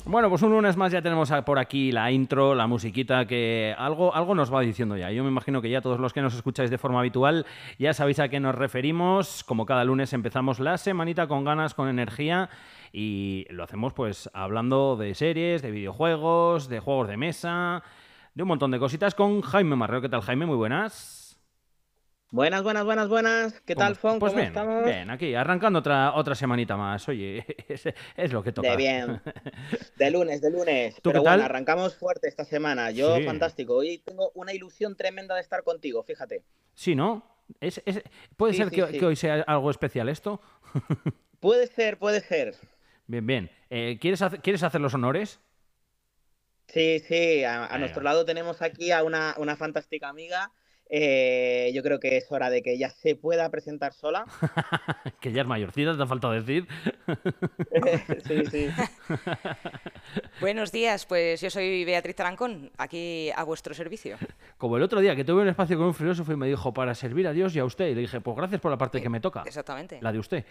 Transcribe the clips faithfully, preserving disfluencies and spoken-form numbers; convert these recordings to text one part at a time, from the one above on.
Bueno, pues un lunes más ya tenemos por aquí la intro, la musiquita que algo, algo nos va diciendo ya. Yo me imagino que ya todos los que nos escucháis de forma habitual ya sabéis a qué nos referimos. Como cada lunes empezamos la semanita con ganas, con energía y lo hacemos pues hablando de series, de videojuegos, de juegos de mesa, de un montón de cositas con Jaime Marrero. ¿Qué tal, Jaime? Muy buenas. Buenas, buenas, buenas, buenas. ¿Qué ¿Cómo? tal, Fon? Pues ¿Cómo bien, estamos? bien, aquí arrancando otra, otra semanita más. Oye, es, es lo que De toca. bien. De lunes, de lunes. ¿Tú qué Pero bueno, tal? arrancamos fuerte esta semana. Yo, Sí, fantástico. Hoy tengo una ilusión tremenda de estar contigo, fíjate. sí, ¿no? Es, es- ¿Puede Sí, ser sí, que, que sí. hoy sea algo especial esto? Puede ser, puede ser. Bien, bien. Eh, ¿quieres, hacer, ¿Quieres hacer los honores? Sí, sí. A, a nuestro Venga. lado tenemos aquí a una, una fantástica amiga. Eh, yo creo que es hora de que ella se pueda presentar sola. Que ya es mayorcita, te ha faltado decir. Sí, sí. Buenos días, pues yo soy Beatriz Tarancón, aquí a vuestro servicio. Como el otro día que tuve un espacio con un filósofo y me dijo, para servir a Dios y a usted. Y le dije, pues gracias por la parte que Eh, me toca. Exactamente. La de usted.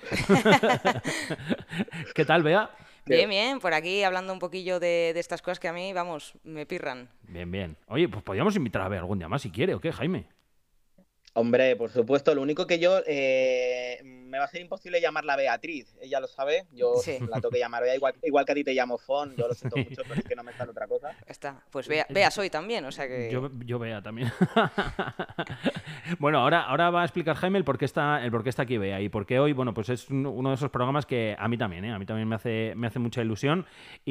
¿Qué tal, Bea? Que- Bien, bien, por aquí hablando un poquillo de, de estas cosas que a mí, vamos, me pirran. Bien, bien. Oye, pues podríamos invitar a Bea algún día más si quiere, ¿o qué, Jaime? Hombre, por supuesto. Lo único que yo eh, me va a ser imposible llamarla Beatriz. Ella lo sabe. Yo Sí, la tengo que llamar Bea, igual, igual que a ti te llamo Fon. Yo lo siento mucho, pero es que no me sale otra cosa. está. Pues vea, vea soy también, o sea Yo, que... yo Bea también. Bueno, ahora, ahora va a explicar Jaime el por qué está, el por qué está aquí Bea y por qué hoy, bueno, pues es un- uno de esos programas que a mí también, ¿eh? A mí también me hace, me hace mucha ilusión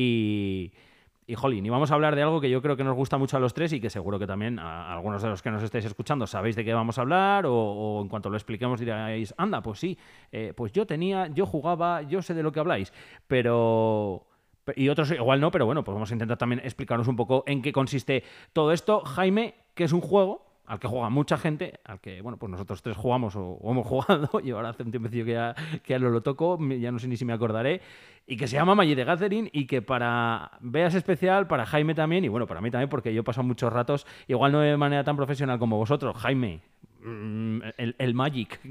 y, y, jolín, y vamos a hablar de algo que yo creo que nos gusta mucho a los tres y que seguro que también a, a algunos de los que nos estáis escuchando sabéis de qué vamos a hablar o, o en cuanto lo expliquemos diréis, anda, pues sí, eh, pues yo tenía, yo jugaba, yo sé de lo que habláis, pero... Y otros igual no, pero bueno, pues vamos a intentar también explicaros un poco en qué consiste todo esto. Jaime, que es un juego al que juega mucha gente, al que, bueno, pues nosotros tres jugamos o, o hemos jugado, y ahora hace un tiempecillo que ya, que ya lo, lo toco, ya no sé ni si me acordaré, y que se llama Magic the Gathering y que para Bea es especial, para Jaime también, y bueno, para mí también, porque yo he pasado muchos ratos, igual no de manera tan profesional como vosotros. Jaime, mm, el, el Magic.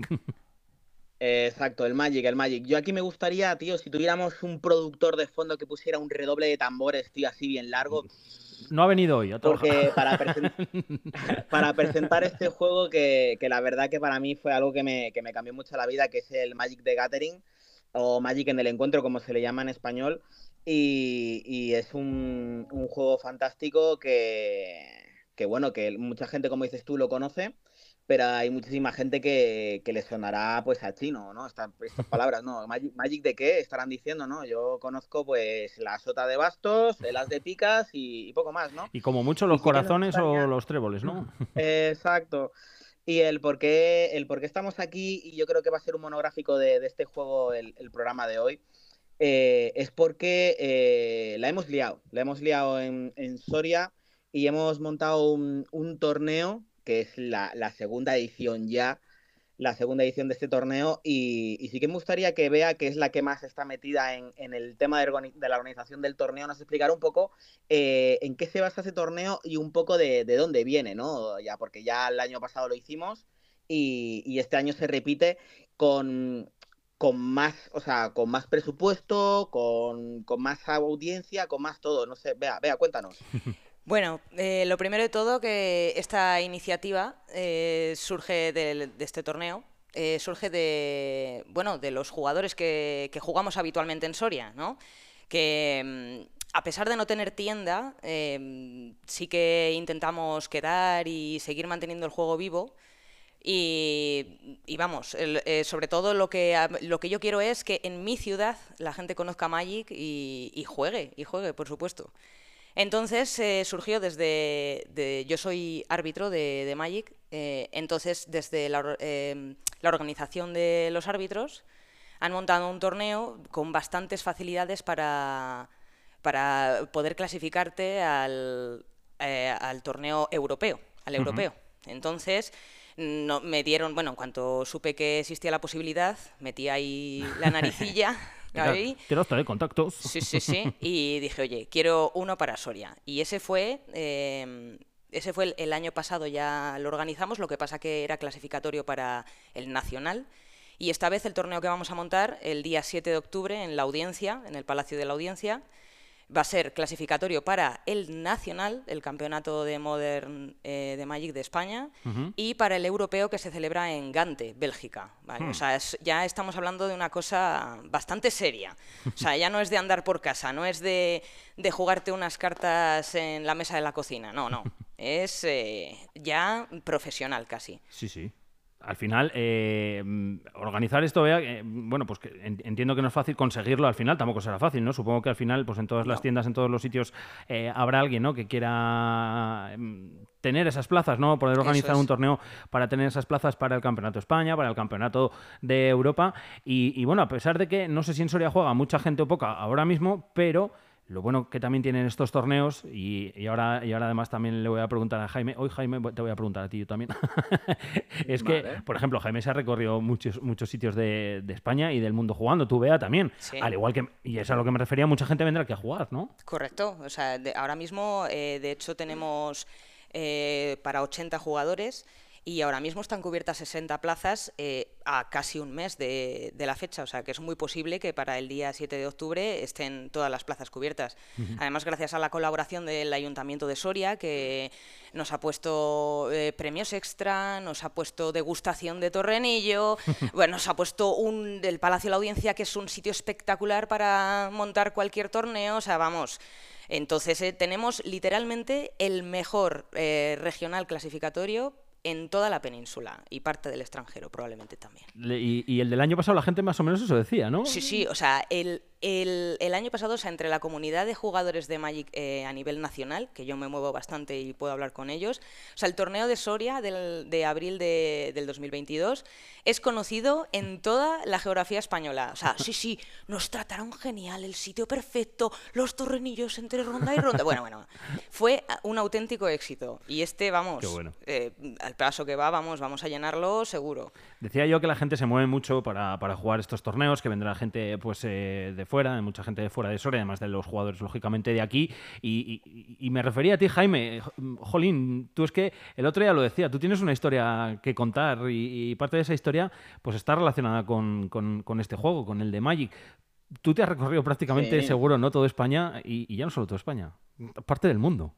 Eh, exacto, el Magic, el Magic. Yo aquí me gustaría, tío, si tuviéramos un productor de fondo que pusiera un redoble de tambores, tío, así bien largo, No ha venido hoy a trabajar. porque para, presen- para presentar este juego que, que la verdad que para mí fue algo que me, que me cambió mucho la vida, que es el Magic the Gathering, o Magic en el encuentro, como se le llama en español. Y, y es un, un juego fantástico que, que, bueno, que mucha gente, como dices tú, lo conoce, pero hay muchísima gente que, que le sonará pues a chino, ¿no? Estas, estas palabras, ¿no? Magic, ¿Magic de qué? Estarán diciendo, ¿no? Yo conozco pues la sota de bastos, el as de picas y, y poco más, ¿no? Y como mucho Y los sí que nos corazones o gustaría... los tréboles, ¿no? Exacto. Y el por qué, el por qué estamos aquí, y yo creo que va a ser un monográfico de, de este juego el, el programa de hoy, eh, es porque eh, la hemos liado. La hemos liado en, en Soria y hemos montado un, un torneo, que es la, la segunda edición ya, la segunda edición de este torneo, y, y sí que me gustaría que Bea, que es la que más está metida en, en el tema de, organi- de la organización del torneo, nos explicara un poco eh, en qué se basa ese torneo y un poco de, de dónde viene, ¿no? Ya, porque ya el año pasado lo hicimos y, y este año se repite con, con más, o sea, con más presupuesto, con, con más audiencia, con más todo. No sé, Bea, Bea, cuéntanos. Bueno, eh, lo primero de todo que esta iniciativa eh, surge del- de, este torneo, eh, surge de, bueno, de los jugadores que, que jugamos habitualmente en Soria, ¿no? Que mm, a pesar de no tener tienda, eh, sí que intentamos quedar y seguir manteniendo el juego vivo. Y, y vamos, el- eh, sobre todo lo que, a- lo que yo quiero es que en mi ciudad la gente conozca Magic y, y juegue, y juegue, por supuesto. Entonces eh, surgió desde, de- yo soy árbitro de, de Magic, eh, entonces desde la, or- em, la organización de los árbitros han montado un torneo con bastantes facilidades para, para poder clasificarte al, eh, al torneo europeo, al Ujú. europeo. Entonces no, me dieron, bueno, en cuanto supe que existía la posibilidad, metí ahí la naricilla. Tira- Ahí, Tiraste de contactos. sí, sí, sí. Y dije, oye, quiero uno para Soria. Y ese fue, eh, ese fue el, el año pasado, ya lo organizamos, lo que pasa que era clasificatorio para el nacional. Y esta vez el torneo que vamos a montar el día siete de octubre en la Audiencia, en el Palacio de la Audiencia, va a ser clasificatorio para el nacional, el campeonato de Modern eh, de Magic de España, Uh-huh. y para el europeo que se celebra en Gante, Bélgica. ¿Vale? Hmm. O sea, es- ya estamos hablando de una cosa bastante seria. O sea, ya no es de andar por casa, no es de, de jugarte unas cartas en la mesa de la cocina, no, no. Es eh, ya profesional casi. Sí, sí. Al final, eh, mm, organizar esto, vea, eh, bueno, pues que en- entiendo que no es fácil conseguirlo al final, tampoco será fácil, ¿no? Supongo que al final, pues en todas las No. tiendas, en todos los sitios, eh, habrá alguien, ¿no? Que quiera mm, tener esas plazas, ¿no? Poder Eso organizar es. un torneo para tener esas plazas para el Campeonato de España, para el Campeonato de Europa. Y, y bueno, a pesar de que no sé si en Soria juega mucha gente o poca ahora mismo, pero lo bueno que también tienen estos torneos, y, y ahora, y ahora además también le voy a preguntar a Jaime, hoy Jaime, te voy a preguntar a ti yo también, es que, Vale. por ejemplo, Jaime se ha recorrido muchos, muchos sitios de, de España y del mundo jugando, tú Bea también, Sí. al igual que, y es a lo que me refería, mucha gente vendrá aquí a jugar, ¿no? Correcto. O sea, de- ahora mismo, eh, de hecho, tenemos eh, para ochenta jugadores y ahora mismo están cubiertas sesenta plazas eh, a casi un mes de, de la fecha. O sea, que es muy posible que para el día siete de octubre estén todas las plazas cubiertas. Además, gracias a la colaboración del Ayuntamiento de Soria, que nos ha puesto eh, premios extra, nos ha puesto degustación de torrenillo, bueno, nos ha puesto un, el Palacio de la Audiencia, que es un sitio espectacular para montar cualquier torneo. O sea, vamos. Entonces, eh, tenemos literalmente el mejor eh, regional clasificatorio en toda la península y parte del extranjero probablemente también. Le- Y, y el del año pasado la gente más o menos eso decía, ¿no? Sí, sí, o sea, el, el, el año pasado, o sea, entre la comunidad de jugadores de Magic eh, a nivel nacional, que yo me muevo bastante y puedo hablar con ellos, o sea, el torneo de Soria del, de abril de- del dos mil veintidós es conocido en toda la geografía española. O sea, sí, sí, nos trataron genial, el sitio perfecto, los torrenillos entre ronda y ronda. Bueno, bueno, fue un auténtico éxito. Y este, vamos, Qué bueno. eh, al paso que va, vamos, vamos a llenarlo seguro. Decía yo que la gente se mueve mucho para, para jugar estos torneos, que vendrá gente pues eh, de fuera, mucha gente de fuera de Soria, además de los jugadores lógicamente de aquí. Y, y- y me refería a ti, Jaime. Jolín, tú es que el otro día lo decía, tú tienes una historia que contar y, y parte de esa historia pues está relacionada con, con- con este juego, con el de Magic. Tú te has recorrido prácticamente Sí. seguro, ¿no? Toda España y, y ya no solo toda España, parte del mundo.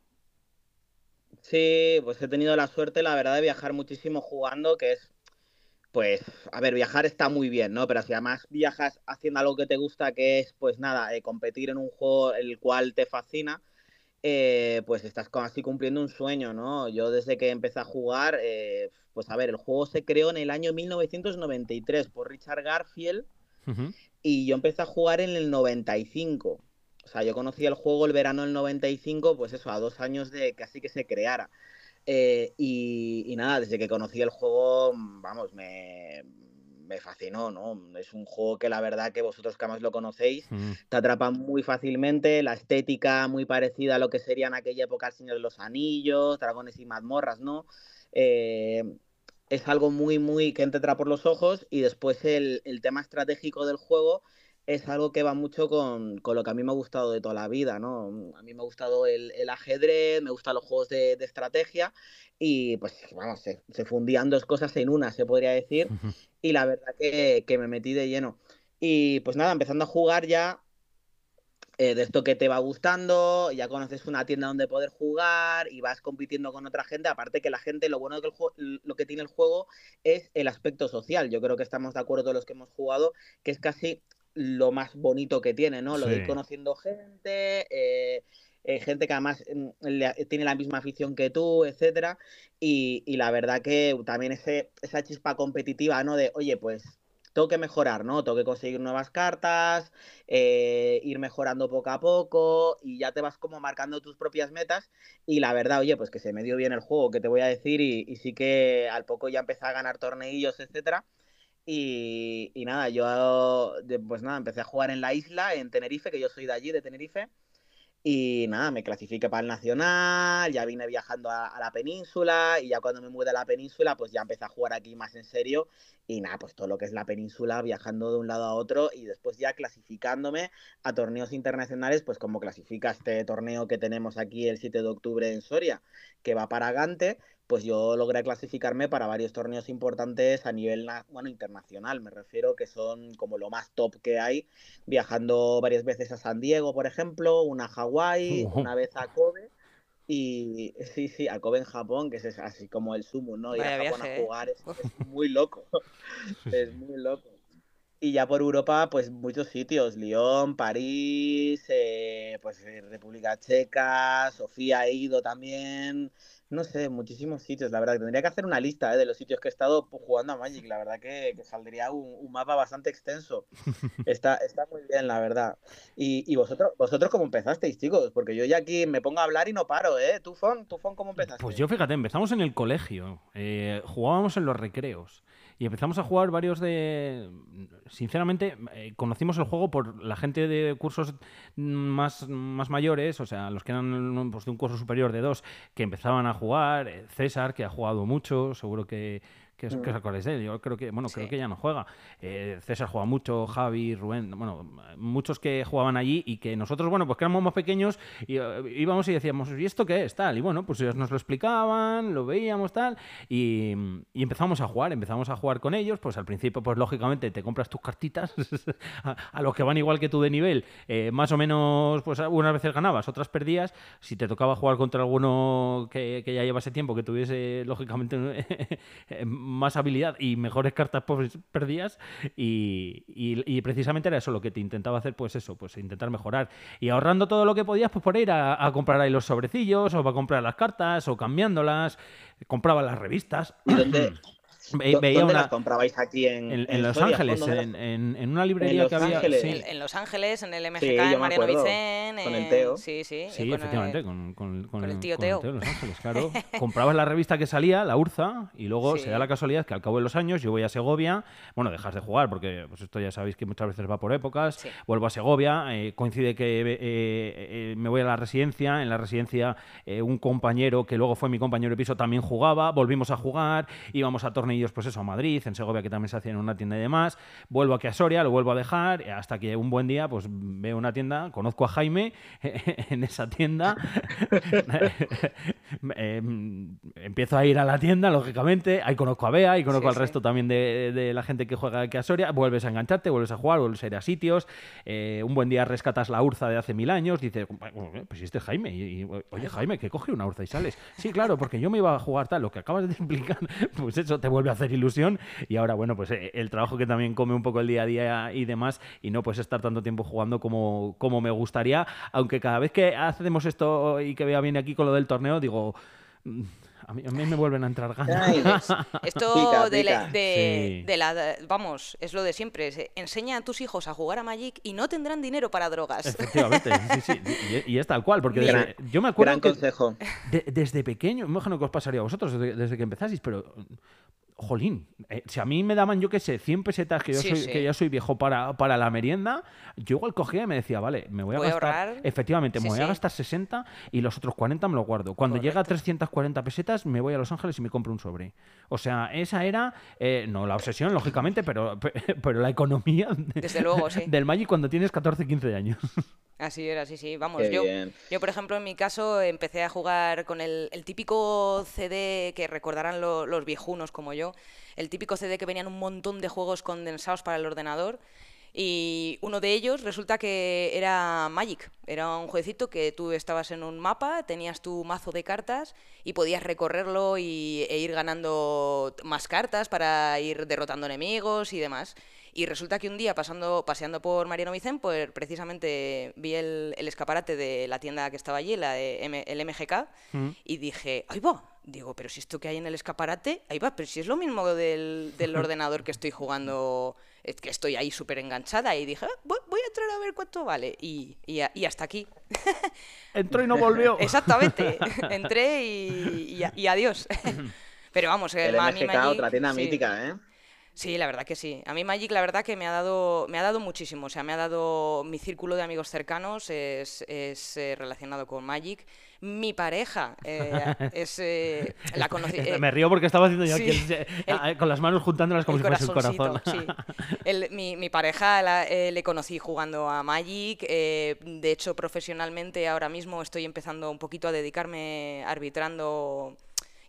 Sí, pues he tenido la suerte, la verdad, de viajar muchísimo jugando, que es, pues, a ver, viajar está muy bien, ¿no? Pero si además viajas haciendo algo que te gusta, que es, pues nada, eh, competir en un juego el cual te fascina, eh, pues estás casi cumpliendo un sueño, ¿no? Yo desde que empecé a jugar, eh, pues a ver, el juego se creó en el año mil novecientos noventa y tres por Richard Garfield Ujú. y yo empecé a jugar en el noventa y cinco. O sea, yo conocí el juego el verano del noventa y cinco, pues eso, a dos años de casi que se creara. Eh, y, y nada, desde que conocí el juego, vamos, me, me fascinó, ¿no? Es un juego que la verdad que vosotros que más lo conocéis, Mm. te atrapa muy fácilmente, la estética muy parecida a lo que sería en aquella época El Señor de los Anillos, Dragones y Mazmorras, ¿no? Eh, es algo muy, muy que entra por los ojos y después el, el tema estratégico del juego es algo que va mucho con, con lo que a mí me ha gustado de toda la vida, ¿no? A mí me ha gustado el, el ajedrez, me gustan los juegos de, de estrategia y pues vamos, se, se fundían dos cosas en una, se podría decir, y la verdad que, que me metí de lleno. Y pues nada, empezando a jugar ya, eh, de esto que te va gustando, ya conoces una tienda donde poder jugar y vas compitiendo con otra gente, aparte que la gente, lo bueno que el juego, lo que tiene el juego es el aspecto social, yo creo que estamos de acuerdo todos los que hemos jugado, que es casi lo más bonito que tiene, ¿no? Lo de ir Sí. conociendo gente, eh, eh, gente que además mm, le- tiene la misma afición que tú, etcétera, y, y la verdad que también ese, esa chispa competitiva, ¿no? De, oye, pues tengo que mejorar, ¿no? Tengo que conseguir nuevas cartas, eh, ir mejorando poco a poco y ya te vas como marcando tus propias metas y la verdad, oye, pues que se me dio bien el juego, que te voy a decir y, y sí que al poco ya empecé a ganar torneillos, etcétera. Y, y nada, yo de- pues nada, empecé a jugar en la isla, en Tenerife, que yo soy de allí, de Tenerife. Y nada, me clasifiqué para el nacional, ya vine viajando a, a la península y ya cuando me mudé a la península pues ya empecé a jugar aquí más en serio y nada, pues todo lo que es la península, viajando de un lado a otro y después ya clasificándome a torneos internacionales, pues como clasifica este torneo que tenemos aquí el siete de octubre en Soria, que va para Gante, pues yo logré clasificarme para varios torneos importantes a nivel, bueno, internacional, me refiero, que son como lo más top que hay, viajando varias veces a San Diego, por ejemplo, una a Hawái, Wow. una vez a Kobe, y sí, sí, a Kobe en Japón, que es así como el sumo, ¿no? Ir a Vaya Japón a viaje, ¿eh? jugar es, es muy loco, es muy loco. Y ya por Europa, pues muchos sitios, Lyon, París, eh, pues eh, República Checa, Sofía he ido también, no sé, muchísimos sitios, la verdad, que tendría que hacer una lista eh, de los sitios que he estado pues, jugando a Magic, la verdad que, que saldría un, un mapa bastante extenso, está, está muy bien, la verdad. Y, y vosotros, vosotros cómo empezasteis, chicos, porque yo ya aquí me pongo a hablar y no paro, ¿eh? ¿Tú, Fon, tú, Fon, cómo Pues empezaste? yo, fíjate, empezamos en el colegio, eh, jugábamos en los recreos y empezamos a jugar varios de... Sinceramente, eh, conocimos el juego por la gente de cursos más, más mayores, o sea, los que eran pues, de un curso superior de dos, que empezaban a jugar, eh, César, que ha jugado mucho, seguro que... Que os, que os acordáis de él. Yo creo que, bueno, creo Sí. que ya no juega. Eh, César juega mucho, Javi, Rubén, bueno, muchos que jugaban allí y que nosotros, bueno, pues que éramos más pequeños y, uh, íbamos y decíamos, ¿y esto qué es? Tal. Y bueno, pues ellos nos lo explicaban, lo veíamos, tal, y, y empezamos a jugar, empezamos a jugar con ellos. Pues al principio, pues lógicamente te compras tus cartitas a, a los que van igual que tú de nivel, eh, más o menos, pues unas veces ganabas, otras perdías. Si te tocaba jugar contra alguno que, que ya llevase tiempo, que tuviese lógicamente más habilidad y mejores cartas, pues perdías. Y, y, y precisamente era eso lo que te intentaba hacer, pues eso, pues intentar mejorar. Y ahorrando todo lo que podías, pues por ir a, a comprar ahí los sobrecillos, o para comprar las cartas, o cambiándolas, compraba las revistas. ¿Y dónde, Ve, veía dónde una... las comprabais aquí en, En, en en Los Soria, Fon? Ángeles, ¿Dónde las- en, en, en una En librería que Los había... Ángeles. Sí, En, en Los Ángeles, en el M G K, Sí, en yo me Mariano acuerdo, Vicen, con el en- Teo. sí, sí, sí, con, efectivamente, eh, con, con, con con el el, tío con el Teo. Teo de Los Ángeles, claro. Comprabas la revista que salía, la Urza, y luego se da la Sí, casualidad que al cabo de los años yo voy a Segovia, bueno, dejas de jugar, porque pues esto ya sabéis que muchas veces va por épocas, sí. vuelvo a Segovia, eh, coincide que eh, eh, me voy a la residencia, en la residencia eh, un compañero que luego fue mi compañero de piso también jugaba, volvimos a jugar, íbamos a tornillos, pues eso, a Madrid, en Segovia, que también se hacía en una tienda y demás, vuelvo aquí a Soria, lo vuelvo a dejar, hasta que un buen día pues veo una tienda, conozco a Jaime en esa tienda, eh, empiezo a ir a la tienda, lógicamente, ahí conozco a Bea, y conozco Sí, al sí. resto también de, de la gente que juega aquí a Soria, vuelves a engancharte, vuelves a jugar, vuelves a ir a sitios, eh, un buen día rescatas la Urza de hace mil años, dices, pues si este es Jaime, y, y, oye Jaime, que coge una Urza y sales. Sí, claro, porque yo me iba a jugar tal, lo que acabas de explicar, pues eso te vuelve a hacer ilusión, y ahora, bueno, pues eh, el trabajo que también come un poco el día a día y demás, y no pues estar tanto tiempo jugando como, como me gustaría, aunque cada vez que hacemos esto y que Bea viene aquí con lo del torneo, digo... "Mm, a mí, a mí me vuelven a entrar ganas". Ay, ¿Ves? Esto pica, de la, pica. de, Sí. de la... Vamos, es lo de siempre. es, eh, Enseña a tus hijos a jugar a Magic y no tendrán dinero para drogas. Efectivamente, sí, sí, y, y es tal cual, porque Ni- desde- yo me acuerdo Gran que consejo. de- desde pequeño, me imagino que os pasaría a vosotros desde, desde que empezasteis, pero jolín, eh, si a mí me daban, yo qué sé, cien pesetas, que yo Sí, soy, sí. que ya soy viejo para, para la merienda, yo igual cogía y me decía, vale, me voy a Voy a gastar, ahorrar. efectivamente, Sí, me voy a sí. gastar sesenta y los otros cuarenta me lo guardo. Cuando llega a Correcto. trescientas cuarenta pesetas, me voy a Los Ángeles y me compro un sobre. O sea, esa era, eh, no la obsesión, lógicamente, pero, pero la economía de- Desde luego, sí. del Magic cuando tienes catorce, quince años. Así era, sí, sí. Vamos, Qué yo, bien. yo, por ejemplo, en mi caso, empecé a jugar con el, el típico C D que recordarán lo- los viejunos como yo, el típico C D que venían un montón de juegos condensados para el ordenador. Y uno de ellos resulta que era Magic. Era un jueguecito que tú estabas en un mapa, tenías tu mazo de cartas y podías recorrerlo y, e ir ganando más cartas para ir derrotando enemigos y demás. Y resulta que un día, pasando, paseando por Mariano Vicen, pues precisamente vi el, el escaparate de la tienda que estaba allí, la de M- el M G K, Mm. y dije, ahí va. Digo, pero si esto que hay en el escaparate, ahí va, pero si es lo mismo del, del ordenador que estoy jugando, es que estoy ahí súper enganchada. Y dije, "Ah, voy, voy a entrar a ver cuánto vale". Y, y, a- y hasta aquí. Entró y no volvió. Exactamente. Entré y, y a- y adiós. Pero vamos, El a mí M G K, Magic, otra tienda sí. mítica, ¿eh? Sí, la verdad que sí. A mí Magic, la verdad que me ha dado, me ha dado muchísimo. O sea, me ha dado mi círculo de amigos cercanos es, es eh, relacionado con Magic. Mi pareja eh, es eh, la conocí. eh, Me río porque estaba haciendo yo sí, aquí el- el- ah, con las manos juntándolas como el si fuese el corazoncito, corazón. sí. El- mi, mi pareja la- eh, le conocí jugando a Magic. eh, de hecho, profesionalmente ahora mismo estoy empezando un poquito a dedicarme arbitrando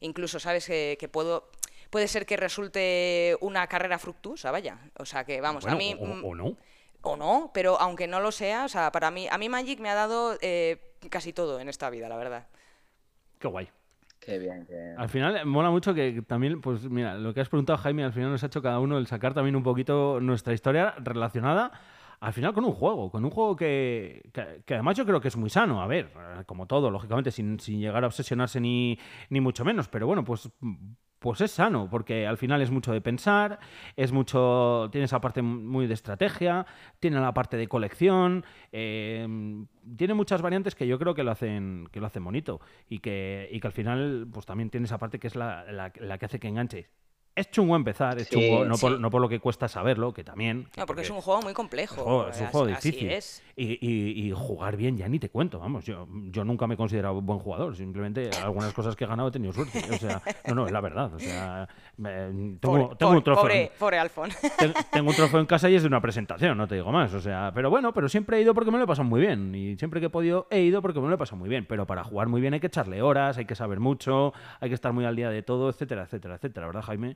incluso sabes que, que puedo... Puede ser que resulte una carrera fructuosa, vaya. O sea que, vamos, bueno, a mí... O, o no. O no, pero aunque no lo sea, o sea, para mí, a mí Magic me ha dado eh, casi todo en esta vida, la verdad. Qué guay. Qué bien, qué bien. Al final mola mucho que también, pues mira, lo que has preguntado, Jaime, al final nos ha hecho cada uno el sacar también un poquito nuestra historia relacionada al final con un juego, con un juego que, que, que además yo creo que es muy sano, a ver, como todo, lógicamente, sin, sin llegar a obsesionarse ni, ni mucho menos, pero bueno, pues... Pues es sano, porque al final es mucho de pensar, es mucho, tiene esa parte muy de estrategia, tiene la parte de colección, eh, tiene muchas variantes que yo creo que lo hacen, que lo hacen bonito y que, y que al final pues también tiene esa parte que es la, la, la que hace que enganche. Es chungo empezar, es Sí, chungo, no, sí. por, no por lo que cuesta saberlo, que también. No, porque, porque es un juego muy complejo. Es un juego, es un juego así, difícil. Así es. Y, y, y jugar bien ya ni te cuento, vamos. Yo, yo nunca me he considerado un buen jugador. Simplemente algunas cosas que he ganado he tenido suerte. O sea, no, no, es la verdad. O sea, me- tengo, Pobre, tengo pobre, un trofeo. Pobre, pobre Alfon. Ten- Tengo un trofeo en casa y es de una presentación, no te digo más. O sea, pero bueno, pero siempre he ido porque me lo he pasado muy bien. Y siempre que he podido, he ido porque me lo he pasado muy bien. Pero para jugar muy bien hay que echarle horas, hay que saber mucho, hay que estar muy al día de todo, etcétera, etcétera, etcétera, ¿verdad, Jaime?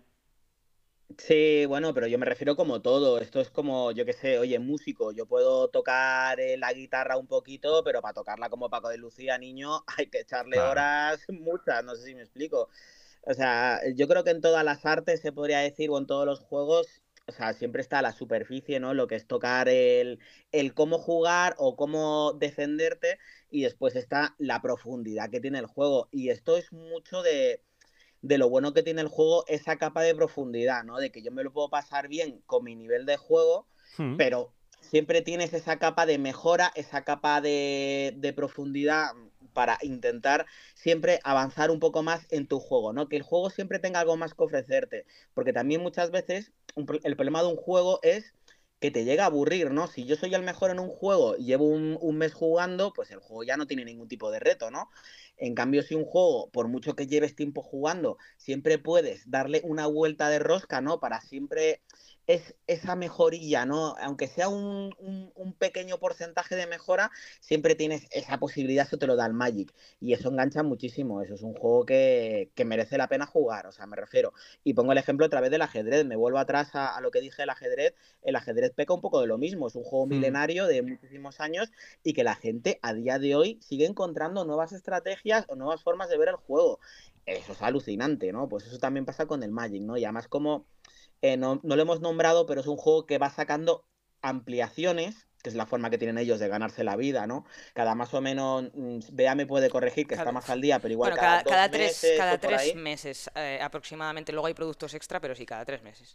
Sí, bueno, pero yo me refiero como todo. Esto es como, yo qué sé, oye, músico, yo puedo tocar eh, la guitarra un poquito, pero para tocarla como Paco de Lucía, niño, hay que echarle Claro. horas muchas, no sé si me explico. O sea, yo creo que en todas las artes se podría decir, o en todos los juegos, o sea, siempre está la superficie, ¿no? Lo que es tocar el, el cómo jugar o cómo defenderte, y después está la profundidad que tiene el juego. Y esto es mucho de de lo bueno que tiene el juego, esa capa de profundidad, ¿no? De que yo me lo puedo pasar bien con mi nivel de juego, Hmm. pero siempre tienes esa capa de mejora, esa capa de, de profundidad para intentar siempre avanzar un poco más en tu juego, ¿no? Que el juego siempre tenga algo más que ofrecerte, porque también muchas veces un, el problema de un juego es que te llega a aburrir, ¿no? Si yo soy el mejor en un juego y llevo un, un mes jugando, pues el juego ya no tiene ningún tipo de reto, ¿no? En cambio, si un juego, por mucho que lleves tiempo jugando, siempre puedes darle una vuelta de rosca, ¿no? Para siempre es esa mejorilla, ¿no? Aunque sea un, un, un pequeño porcentaje de mejora, siempre tienes esa posibilidad, eso te lo da el Magic. Y eso engancha muchísimo, eso es un juego que, que merece la pena jugar, o sea, me refiero. Y pongo el ejemplo otra vez del ajedrez, me vuelvo atrás a, a lo que dije del ajedrez, el ajedrez peca un poco de lo mismo, es un juego Hmm. milenario de muchísimos años y que la gente a día de hoy sigue encontrando nuevas estrategias o nuevas formas de ver el juego. Eso es alucinante, ¿no? Pues eso también pasa con el Magic, ¿no? Y además como eh, no, no lo hemos nombrado, pero es un juego que va sacando ampliaciones, que es la forma que tienen ellos de ganarse la vida, ¿no? Cada más o menos, mmm, Bea me puede corregir, que Cada- está más al día, pero igual Bueno, cada, cada, dos cada tres, meses cada o por tres ahí. meses eh, aproximadamente. Luego hay productos extra, pero sí, cada tres meses.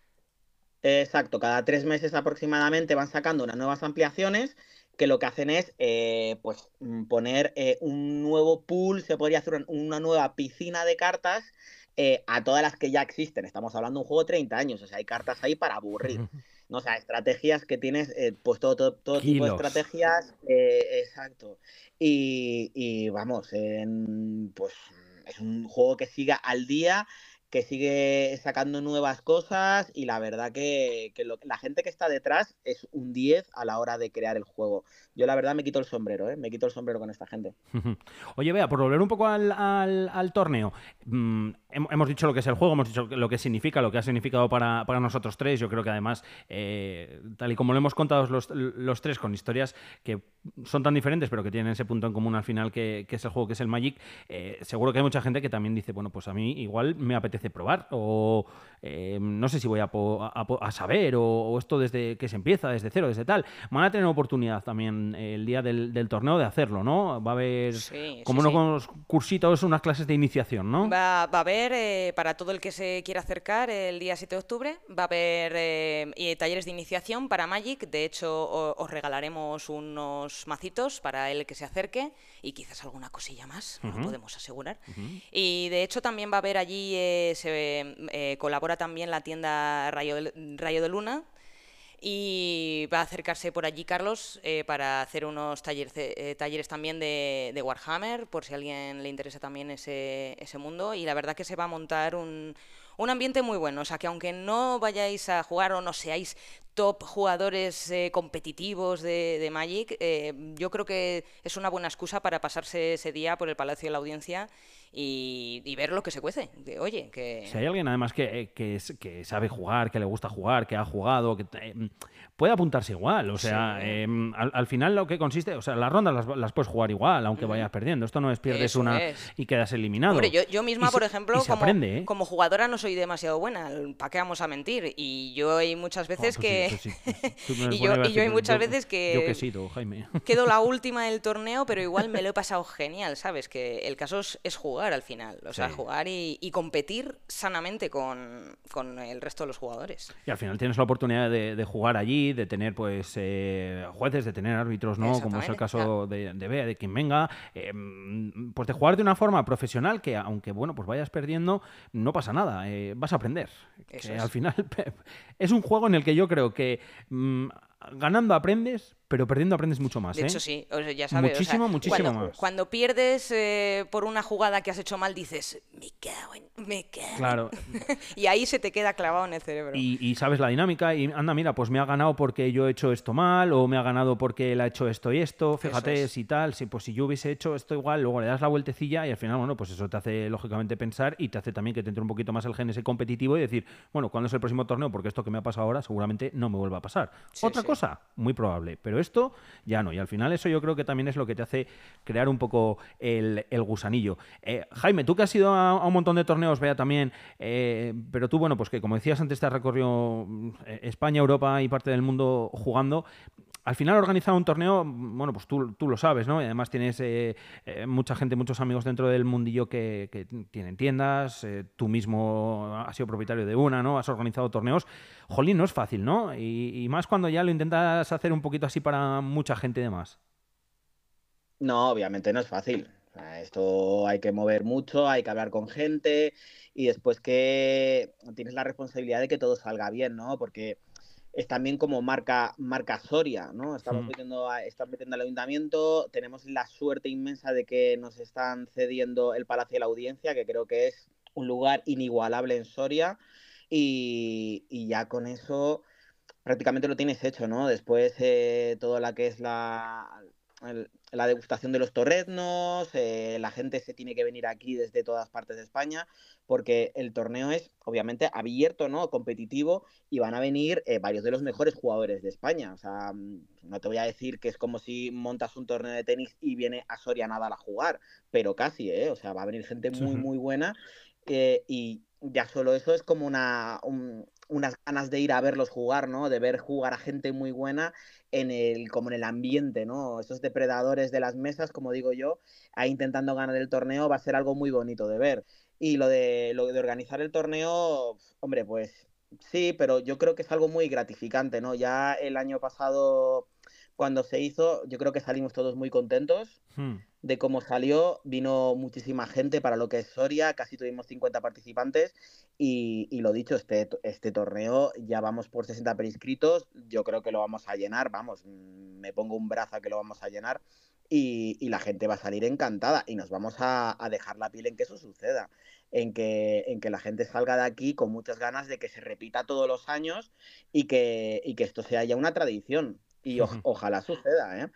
Exacto, cada tres meses aproximadamente van sacando unas nuevas ampliaciones que lo que hacen es eh, pues mm, poner eh, un nuevo pool, se podría hacer una, una nueva piscina de cartas eh, a todas las que ya existen. Estamos hablando de un juego de treinta años, o sea, hay cartas ahí para aburrir. ¿No? O sea, estrategias que tienes, eh, pues todo, todo, todo tipo de Kilos. estrategias, eh, exacto. Y, y vamos, en, pues es un juego que siga al día, que sigue sacando nuevas cosas y la verdad que, que lo, la gente que está detrás es un diez a la hora de crear el juego. Yo la verdad me quito el sombrero, ¿eh? Me quito el sombrero con esta gente. Oye, vea, por volver un poco al, al, al torneo, mmm, hemos dicho lo que es el juego, hemos dicho lo que significa, lo que ha significado para, para nosotros tres. Yo creo que además, eh, tal y como lo hemos contado los, los tres, con historias que son tan diferentes, pero que tienen ese punto en común al final, que, que es el juego, que es el Magic, eh, seguro que hay mucha gente que también dice, bueno, pues a mí igual me apetece probar, o eh, no sé si voy a, po, a, a saber, o, o esto desde que se empieza, desde cero, desde tal. Van a tener oportunidad también el día del, del torneo de hacerlo, ¿no? Va a haber, Sí, como sí, unos sí. cursitos, unas clases de iniciación, ¿no? Va, va a haber, eh, para todo el que se quiera acercar, el día siete de octubre, va a haber eh, y talleres de iniciación para Magic. De hecho, o, os regalaremos unos macitos para el que se acerque y quizás alguna cosilla más, no Uh-huh. lo podemos asegurar. Uh-huh. Y de hecho también va a haber allí, eh, se eh, colabora también la tienda Rayo de, Rayo de Luna, y va a acercarse por allí Carlos eh, para hacer unos talleres, eh, talleres también de, de Warhammer, por si a alguien le interesa también ese, ese mundo. Y la verdad que se va a montar un, un ambiente muy bueno. O sea, que aunque no vayáis a jugar o no seáis top jugadores eh, competitivos de, de Magic, eh, yo creo que es una buena excusa para pasarse ese día por el Palacio de la Audiencia y, y ver lo que se cuece. De, oye, que... Si hay alguien además que, que, que sabe jugar, que le gusta jugar, que ha jugado, que eh, puede apuntarse igual. O sea, sí. eh, al, al final lo que consiste, o sea, las rondas las, las puedes jugar igual, aunque uh-huh. vayas perdiendo. Esto no es pierdes Eso una es. y quedas eliminado. Hombre, yo, yo misma, se, por ejemplo, como, aprende, ¿eh? como jugadora no soy demasiado buena. ¿Para qué vamos a mentir? Y yo hay muchas veces oh, pues que... Sí, sí, sí. y yo, y yo hay muchas yo, veces que... Yo que sí, tú, Jaime. Quedo la última del torneo, pero igual me lo he pasado genial, ¿sabes? Que el caso es, es jugar al final. O sea, sí. jugar y, y competir sanamente con, con el resto de los jugadores. Y al final tienes la oportunidad de, de jugar allí, de tener pues eh, jueces, de tener árbitros, ¿no? Como es el caso claro. de, de Bea, de quien venga. Eh, pues de jugar de una forma profesional que, aunque bueno, pues vayas perdiendo, no pasa nada. Eh, vas a aprender. Eso que es. Al final es un juego en el que yo creo que mmm, ganando aprendes, pero perdiendo aprendes mucho más. De ¿eh? hecho, sí, o sea, ya sabes. Muchísimo, o sea, muchísimo cuando, más. Cuando pierdes eh, por una jugada que has hecho mal, dices, me cago en... Me cago. Claro. Y ahí se te queda clavado en el cerebro. Y, y sabes la dinámica y anda, mira, pues me ha ganado porque yo he hecho esto mal o me ha ganado porque él ha hecho esto y esto. Fíjate, si tal, si pues si yo hubiese hecho esto igual, luego le das la vueltecilla y al final, bueno, pues eso te hace lógicamente pensar y te hace también que te entre un poquito más el gen ese competitivo y decir, bueno, ¿cuándo es el próximo torneo? Porque esto que me ha pasado ahora seguramente no me vuelva a pasar. Sí, Otra sí. cosa, muy probable, pero esto ya no. Y al final eso yo creo que también es lo que te hace crear un poco el, el gusanillo. Eh, Jaime, tú que has ido a, a un montón de torneos, vea también, eh, pero tú, bueno, pues que como decías antes te has recorrido España, Europa y parte del mundo jugando. Al final organizar un torneo, bueno, pues tú, tú lo sabes, ¿no? Y además tienes eh, eh, mucha gente, muchos amigos dentro del mundillo que, que tienen tiendas, eh, tú mismo has sido propietario de una, ¿no? Has organizado torneos. Jolín, no es fácil, ¿no? Y, y más cuando ya lo intentas hacer un poquito así para mucha gente y demás. No, obviamente no es fácil. O sea, esto hay que mover mucho, hay que hablar con gente y después que tienes la responsabilidad de que todo salga bien, ¿no? Porque es también como marca, marca Soria, ¿no? Estamos metiendo, a, estamos metiendo al ayuntamiento, tenemos la suerte inmensa de que nos están cediendo el Palacio de la Audiencia, que creo que es un lugar inigualable en Soria, y, y ya con eso prácticamente lo tienes hecho, ¿no? Después eh, todo lo que es la... El, la degustación de los torreznos, eh, la gente se tiene que venir aquí desde todas partes de España, porque el torneo es obviamente abierto, ¿no? Competitivo, y van a venir eh, varios de los mejores jugadores de España. O sea, no te voy a decir que es como si montas un torneo de tenis y viene a Soria Nadal a jugar, pero casi, ¿eh? O sea, va a venir gente muy, muy buena, eh, y ya solo eso es como una... Un, unas ganas de ir a verlos jugar, ¿no? De ver jugar a gente muy buena en el, como en el ambiente, ¿no? Esos depredadores de las mesas, como digo yo, ahí intentando ganar el torneo, va a ser algo muy bonito de ver. Y lo de, lo de organizar el torneo, hombre, pues sí, pero yo creo que es algo muy gratificante, ¿no? Ya el año pasado, cuando se hizo, yo creo que salimos todos muy contentos hmm. de cómo salió. Vino muchísima gente para lo que es Soria, casi tuvimos cincuenta participantes y, y lo dicho, este, este torneo ya vamos por sesenta preinscritos, yo creo que lo vamos a llenar, vamos, me pongo un brazo a que lo vamos a llenar y, y la gente va a salir encantada y nos vamos a, a dejar la piel en que eso suceda, en que, en que la gente salga de aquí con muchas ganas de que se repita todos los años y que, y que esto sea ya una tradición. Y o, ojalá suceda, ¿eh?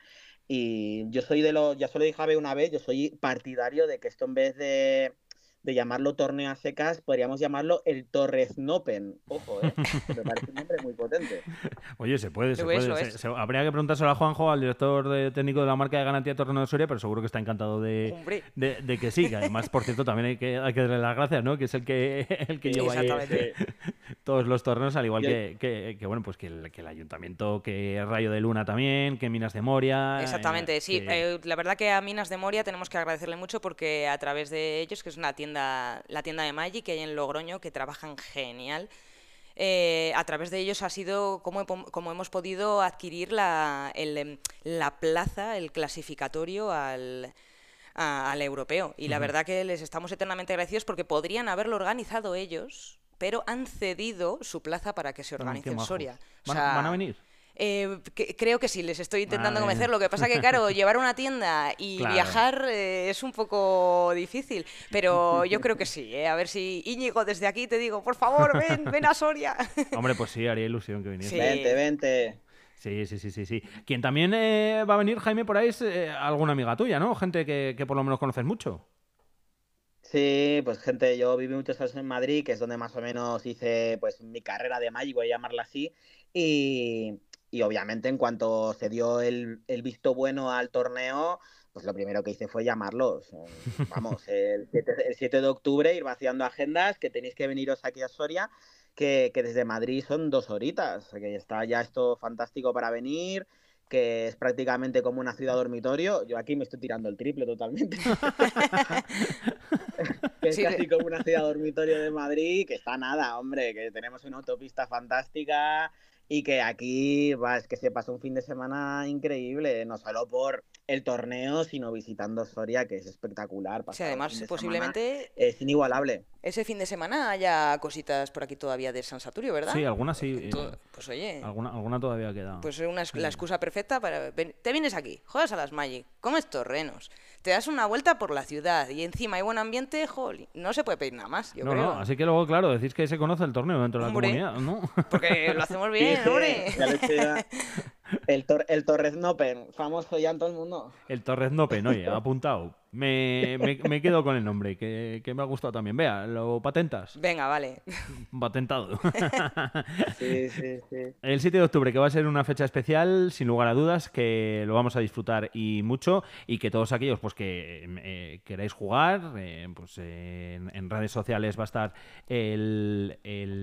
Y yo soy de los, ya se lo dije a Bea una vez, yo soy partidario de que esto en vez de, de llamarlo torneo a secas, podríamos llamarlo el Torreznopen. Ojo, ¿eh? Me parece un nombre muy potente. Oye, se puede, se puede. Se, se, habría que preguntárselo a Juanjo, al director de, técnico de la marca de garantía de Torneo de Soria, pero seguro que está encantado de, de, de que sí. Que además, por cierto, también hay que, hay que darle las gracias, ¿no? Que es el que, el que lleva ahí todos los torneos, al igual que, que, que, bueno, pues que el, que el ayuntamiento, que Rayo de Luna también, que Minas de Moria. Exactamente, eh, sí. Que... Eh, la verdad que a Minas de Moria tenemos que agradecerle mucho porque a través de ellos, que es una tienda, la tienda de Magic que hay en Logroño, que trabajan genial. Eh, a través de ellos ha sido como, como hemos podido adquirir la, el, la plaza, el clasificatorio al, a, al europeo. Y la uh-huh. verdad que les estamos eternamente agradecidos porque podrían haberlo organizado ellos, pero han cedido su plaza para que se organice en Soria. O sea, ¿Van, ¿Van a venir? Eh, que, creo que sí, les estoy intentando convencer. Lo que pasa que, claro, llevar una tienda y claro. viajar eh, es un poco difícil, pero yo creo que sí, ¿eh? A ver si Íñigo, desde aquí te digo, por favor, ven, ven a Soria. Hombre, pues sí, haría ilusión que viniese. Sí. Vente, vente. Sí, sí, sí, sí, sí. Quien también eh, va a venir, Jaime, por ahí es eh, alguna amiga tuya, ¿no? Gente que, que por lo menos conoces mucho. Sí, pues gente, yo viví muchos años en Madrid, que es donde más o menos hice pues mi carrera de Magic, voy a llamarla así, y, y obviamente en cuanto se dio el, el visto bueno al torneo, pues lo primero que hice fue llamarlos. Vamos, el siete, el siete de octubre ir vaciando agendas, que tenéis que veniros aquí a Soria, que, que desde Madrid son dos horitas, que está ya esto fantástico para venir, que es prácticamente como una ciudad dormitorio. Yo aquí me estoy tirando el triple totalmente. Que es Sí, casi como una ciudad dormitorio de Madrid, que está nada, hombre, que tenemos una autopista fantástica y que aquí va, es que se pasa un fin de semana increíble, no solo por el torneo, sino visitando Soria, que es espectacular, sí, pasar un fin además de semana posiblemente es inigualable. ese fin de semana haya cositas por aquí todavía de San Saturio, ¿verdad? Sí, algunas sí. Eh, To- Pues oye, alguna, alguna todavía queda. pues es una, Sí. la excusa perfecta para... ven- te vienes aquí, juegas a las Magic, comes torrenos, te das una vuelta por la ciudad y encima hay buen ambiente, joli, no se puede pedir nada más, yo No, creo. no, así que luego, claro, decís que se conoce el torneo dentro de la Hombre. comunidad, ¿no? Porque lo hacemos Sí, bien, sí, hombre. ya lo he hecho ya. El, tor el Torres Nopen, famoso ya en todo el mundo. El Torres Nopen, oye, apuntado. Me, me, me quedo con el nombre, que, que me ha gustado también. Vea, ¿lo patentas? Venga, vale. Patentado. Sí, sí, sí. El siete de octubre, que va a ser una fecha especial, sin lugar a dudas, que lo vamos a disfrutar y mucho, y que todos aquellos pues que eh, queráis jugar, eh, pues eh, en, en redes sociales va a estar el,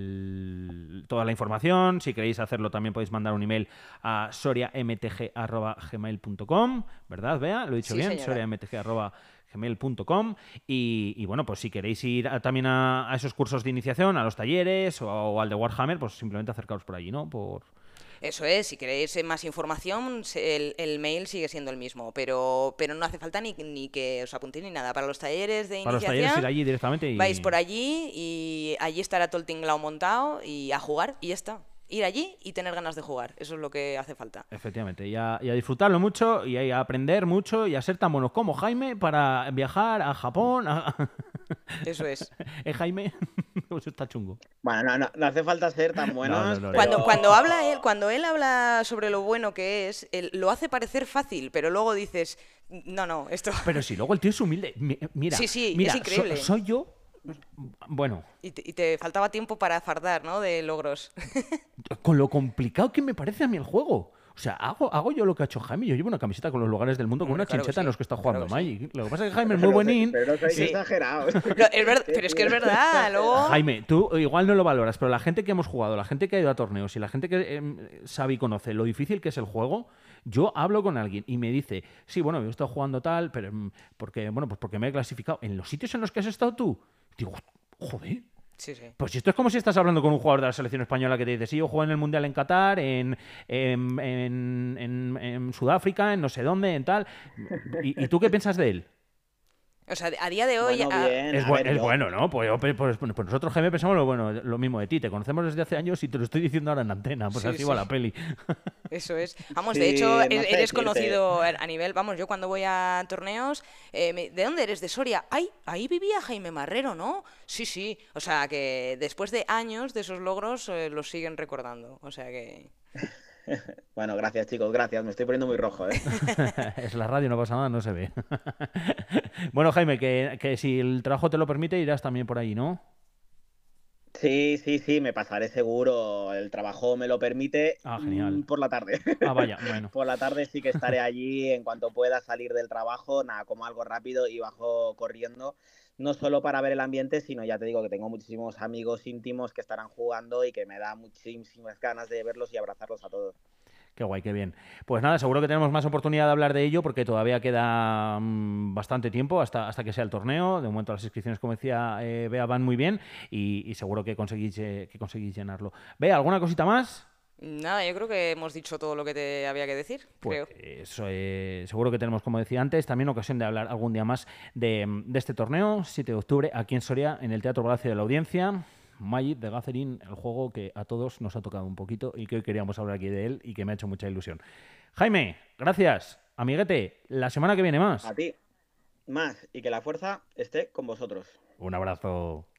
el- toda la información. Si queréis hacerlo, también podéis mandar un email a soriamtg arroba gmail punto com, ¿verdad, Bea? Lo he dicho Sí, bien, señora. soriamtg arroba gmail punto com. Y, y bueno, pues si queréis ir a- también a, a esos cursos de iniciación, a los talleres o, o al de Warhammer, pues simplemente acercaros por allí, ¿no? Por... Eso es, si queréis eh, más información, se- el, el mail sigue siendo el mismo, pero, pero no hace falta ni, ni que os apuntéis ni nada. Para los talleres de Para los iniciación, talleres ir allí directamente y... vais por allí y allí estará todo el tinglao montado y a jugar y ya está. Ir allí y tener ganas de jugar, eso es lo que hace falta. Efectivamente, y a, y a disfrutarlo mucho y a aprender mucho y a ser tan buenos como Jaime para viajar a Japón. A... Eso es. ¿Eh, Jaime? Eso está chungo. Bueno, no, no, no hace falta ser tan buenos. no, no, no. pero- Cuando, cuando habla él, cuando él habla sobre lo bueno que es, él lo hace parecer fácil, pero luego dices, no, no, esto... Pero si luego el tío es humilde. Mi- Mira, Sí, sí, mira, es increíble. so- soy yo. Bueno, Y te, y te faltaba tiempo para fardar, ¿no? De logros. con lo complicado que me parece a mí el juego. O sea, hago, hago yo lo que ha hecho Jaime. Yo llevo una camiseta con los lugares del mundo, con Hombre, una claro que chincheta en sí, los que está claro jugando que sí. Magic. Lo que pasa es que Jaime es pero muy no sé- buenín. Pero no seáis Sí. exagerados. Lo- es ver- pero es que es verdad, luego... Jaime, tú igual no lo valoras, pero la gente que hemos jugado, la gente que ha ido a torneos y la gente que eh, sabe y conoce lo difícil que es el juego, yo hablo con alguien y me dice, sí, bueno, yo he estado jugando tal, pero mm, porque, bueno, pues porque me he clasificado. En los sitios en los que has estado tú, digo, joder. Sí, sí. Pues esto es como si estás hablando con un jugador de la selección española que te dice, sí, yo jugué en el Mundial en Qatar, en, en, en- en- en Sudáfrica, en no sé dónde, en tal. ¿Y, y tú qué piensas de él? O sea, a día de hoy... Bueno, a- bien. Es, a bu- ver, es yo- bueno, ¿no? Pues, yo- pues- pues nosotros, Jaime, pensamos lo, bueno, lo mismo de ti. Te conocemos desde hace años y te lo estoy diciendo ahora en antena. Pues Sí, así sí. va la peli. Eso es. Vamos, Sí, de hecho, no e- sé eres decirte. conocido a a nivel, vamos, yo cuando voy a torneos, eh, me- ¿de dónde eres? De Soria. ¡Ay! Ahí vivía Jaime Marrero, ¿no? Sí, sí. O sea, que después de años de esos logros eh, los siguen recordando. O sea que... Bueno, gracias, chicos, gracias. Me estoy poniendo muy rojo, ¿eh? Es la radio, no pasa nada, no se ve. Bueno, Jaime, que, que si el trabajo te lo permite, irás también por ahí, ¿no? Sí, sí, sí, me pasaré seguro. El trabajo me lo permite. Ah, genial. mm, Por la tarde. Ah, vaya, bueno. Por la tarde sí que estaré allí en cuanto pueda salir del trabajo, nada, como algo rápido y bajo corriendo, no solo para ver el ambiente, sino ya te digo que tengo muchísimos amigos íntimos que estarán jugando y que me da muchísimas ganas de verlos y abrazarlos a todos. Qué guay, qué bien. Pues nada, seguro que tenemos más oportunidad de hablar de ello porque todavía queda mm, bastante tiempo hasta, hasta que sea el torneo. De momento las inscripciones, como decía eh, Bea, van muy bien y, y seguro que conseguís, eh, que conseguís llenarlo. Bea, ¿alguna cosita más? Nada, yo creo que hemos dicho todo lo que te había que decir, Pues creo. eso, eh, seguro que tenemos, como decía antes, también ocasión de hablar algún día más de, de este torneo, siete de octubre, aquí en Soria, en el Teatro Palacio de la Audiencia. Magic the Gathering, el juego que a todos nos ha tocado un poquito y que hoy queríamos hablar aquí de él y que me ha hecho mucha ilusión. Jaime, gracias. Amiguete, la semana que viene más. A ti, más, y que la fuerza esté con vosotros. Un abrazo.